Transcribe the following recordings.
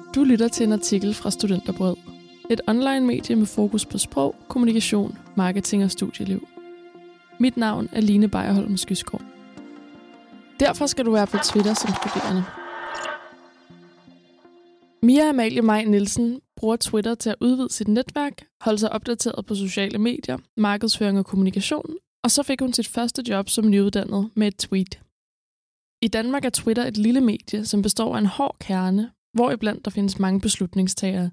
Du lytter til en artikel fra Studenterbrød. Et online-medie med fokus på sprog, kommunikation, marketing og studieliv. Mit navn er Line Bejerholm Skyskov. Derfor skal du være på Twitter som studerende. Mia Amalie Maj Nielsen bruger Twitter til at udvide sit netværk, holde sig opdateret på sociale medier, markedsføring og kommunikation, og så fik hun sit første job som nyuddannet med et tweet. I Danmark er Twitter et lille medie, som består af en hård kerne, hvoriblandt der findes mange beslutningstagere.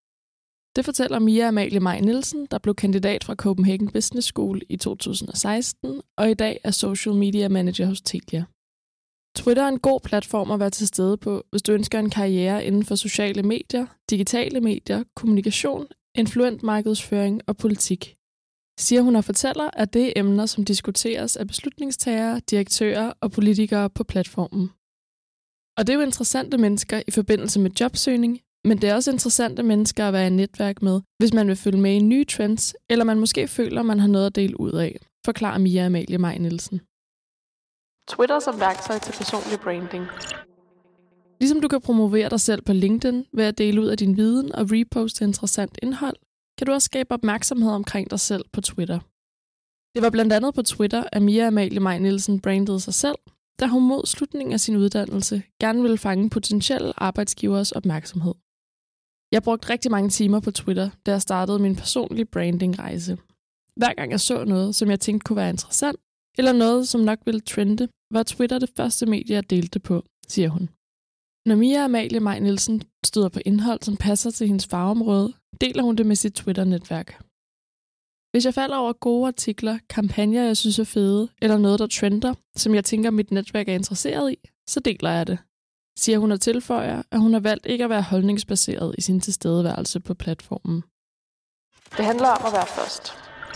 Det fortæller Mia Amalie Maj Nielsen, der blev kandidat fra Copenhagen Business School i 2016, og i dag er social media manager hos Telia. Twitter er en god platform at være til stede på, hvis du ønsker en karriere inden for sociale medier, digitale medier, kommunikation, influent markedsføring og politik. Siger hun og fortæller, at det er emner, som diskuteres af beslutningstagere, direktører og politikere på platformen. Og det er jo interessante mennesker i forbindelse med jobsøgning, men det er også interessante mennesker at være i netværk med, hvis man vil følge med i nye trends, eller man måske føler, man har noget at dele ud af, forklarer Mia Amalie Maj Nielsen. Twitter som værktøj til personlig branding. Ligesom du kan promovere dig selv på LinkedIn ved at dele ud af din viden og reposte interessant indhold, kan du også skabe opmærksomhed omkring dig selv på Twitter. Det var blandt andet på Twitter, at Mia Amalie Maj Nielsen brandede sig selv, da hun mod slutningen af sin uddannelse gerne ville fange potentielle arbejdsgivers opmærksomhed. Jeg brugte rigtig mange timer på Twitter, da jeg startede min personlige brandingrejse. Hver gang jeg så noget, som jeg tænkte kunne være interessant, eller noget, som nok ville trende, var Twitter det første medie, jeg delte på, siger hun. Når Mia Amalie Maj Nielsen støder på indhold, som passer til hendes fagområde, deler hun det med sit Twitter-netværk. Hvis jeg falder over gode artikler, kampagner, jeg synes er fede, eller noget, der trender, som jeg tænker, mit netværk er interesseret i, så deler jeg det, siger hun og tilføjer, at hun har valgt ikke at være holdningsbaseret i sin tilstedeværelse på platformen. Det handler om at være først.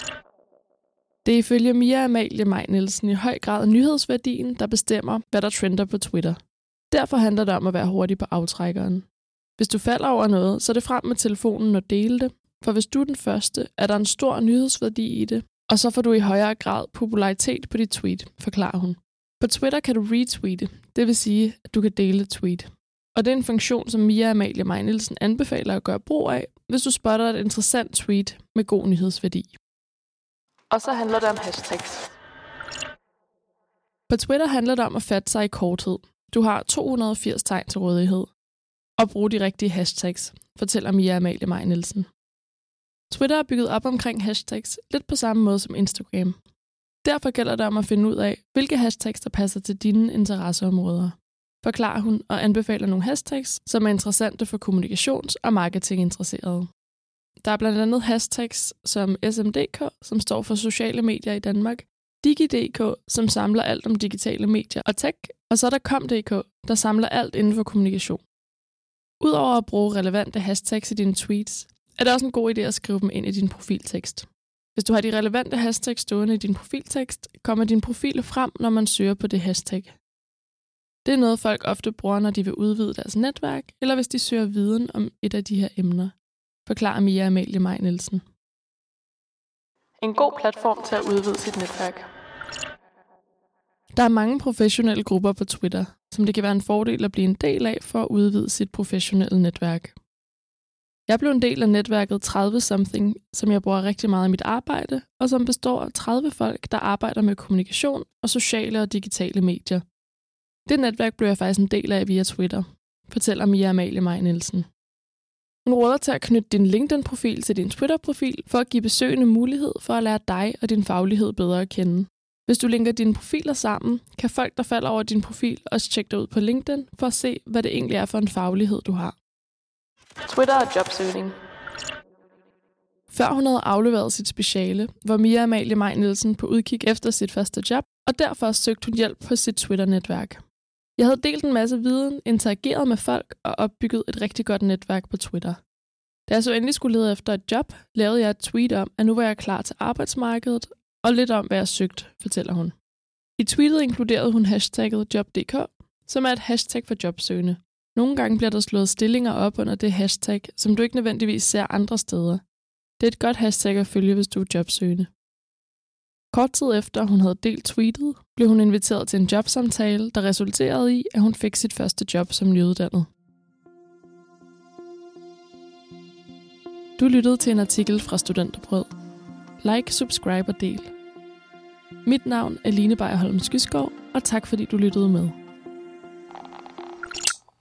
Det er ifølge Mia Amalie Maj Nielsen i høj grad nyhedsværdien, der bestemmer, hvad der trender på Twitter. Derfor handler det om at være hurtig på aftrækkeren. Hvis du falder over noget, så er det frem med telefonen og dele det, for hvis du er den første, er der en stor nyhedsværdi i det, og så får du i højere grad popularitet på dit tweet, forklarer hun. På Twitter kan du retweete, det vil sige, at du kan dele et tweet. Og det er en funktion, som Mia Amalie Maj Nielsen anbefaler at gøre brug af, hvis du spotter et interessant tweet med god nyhedsværdi. Og så handler det om hashtags. På Twitter handler det om at fatte sig i korthed. Du har 280 tegn til rådighed. Og bruge de rigtige hashtags, fortæller Mia Amalie Maj Nielsen. Twitter er bygget op omkring hashtags, lidt på samme måde som Instagram. Derfor gælder det om at finde ud af, hvilke hashtags, der passer til dine interesseområder. Forklarer hun og anbefaler nogle hashtags, som er interessante for kommunikations- og marketinginteresserede. Der er blandt andet hashtags som SMDK, som står for sociale medier i Danmark, DigiDK, som samler alt om digitale medier og tech, og så er der COM.dk, der samler alt inden for kommunikation. Udover at bruge relevante hashtags i dine tweets, er det også en god idé at skrive dem ind i din profiltekst. Hvis du har de relevante hashtags stående i din profiltekst, kommer din profil frem, når man søger på det hashtag. Det er noget, folk ofte bruger, når de vil udvide deres netværk, eller hvis de søger viden om et af de her emner, forklarer Mia Amalie Maj Nielsen. En god platform til at udvide sit netværk. Der er mange professionelle grupper på Twitter, som det kan være en fordel at blive en del af for at udvide sit professionelle netværk. Jeg blev en del af netværket 30-something, som jeg bruger rigtig meget i mit arbejde, og som består af 30 folk, der arbejder med kommunikation og sociale og digitale medier. Det netværk blev jeg faktisk en del af via Twitter, fortæller Mia Amalie Maj Nielsen. Hun råder til at knytte din LinkedIn-profil til din Twitter-profil for at give besøgende mulighed for at lære dig og din faglighed bedre at kende. Hvis du linker dine profiler sammen, kan folk, der falder over din profil, også tjekke dig ud på LinkedIn for at se, hvad det egentlig er for en faglighed, du har. Twitter og jobsøgning. Før hun havde afleveret sit speciale, var Mia Amalie Maj Nielsen på udkig efter sit første job, og derfor søgte hun hjælp på sit Twitter-netværk. Jeg havde delt en masse viden, interageret med folk og opbygget et rigtig godt netværk på Twitter. Da jeg så endelig skulle lede efter et job, lavede jeg et tweet om, at nu var jeg klar til arbejdsmarkedet, og lidt om, hvad jeg søgte, fortæller hun. I tweetet inkluderede hun hashtagget job.dk, som er et hashtag for jobsøgende. Nogle gange bliver der slået stillinger op under det hashtag, som du ikke nødvendigvis ser andre steder. Det er et godt hashtag at følge, hvis du er jobsøgende. Kort tid efter hun havde delt tweetet, blev hun inviteret til en jobsamtale, der resulterede i, at hun fik sit første job som nyuddannet. Du lyttede til en artikel fra Studenterbrød. Like, subscribe og del. Mit navn er Line Beyer Holm Skysgaard, og tak fordi du lyttede med.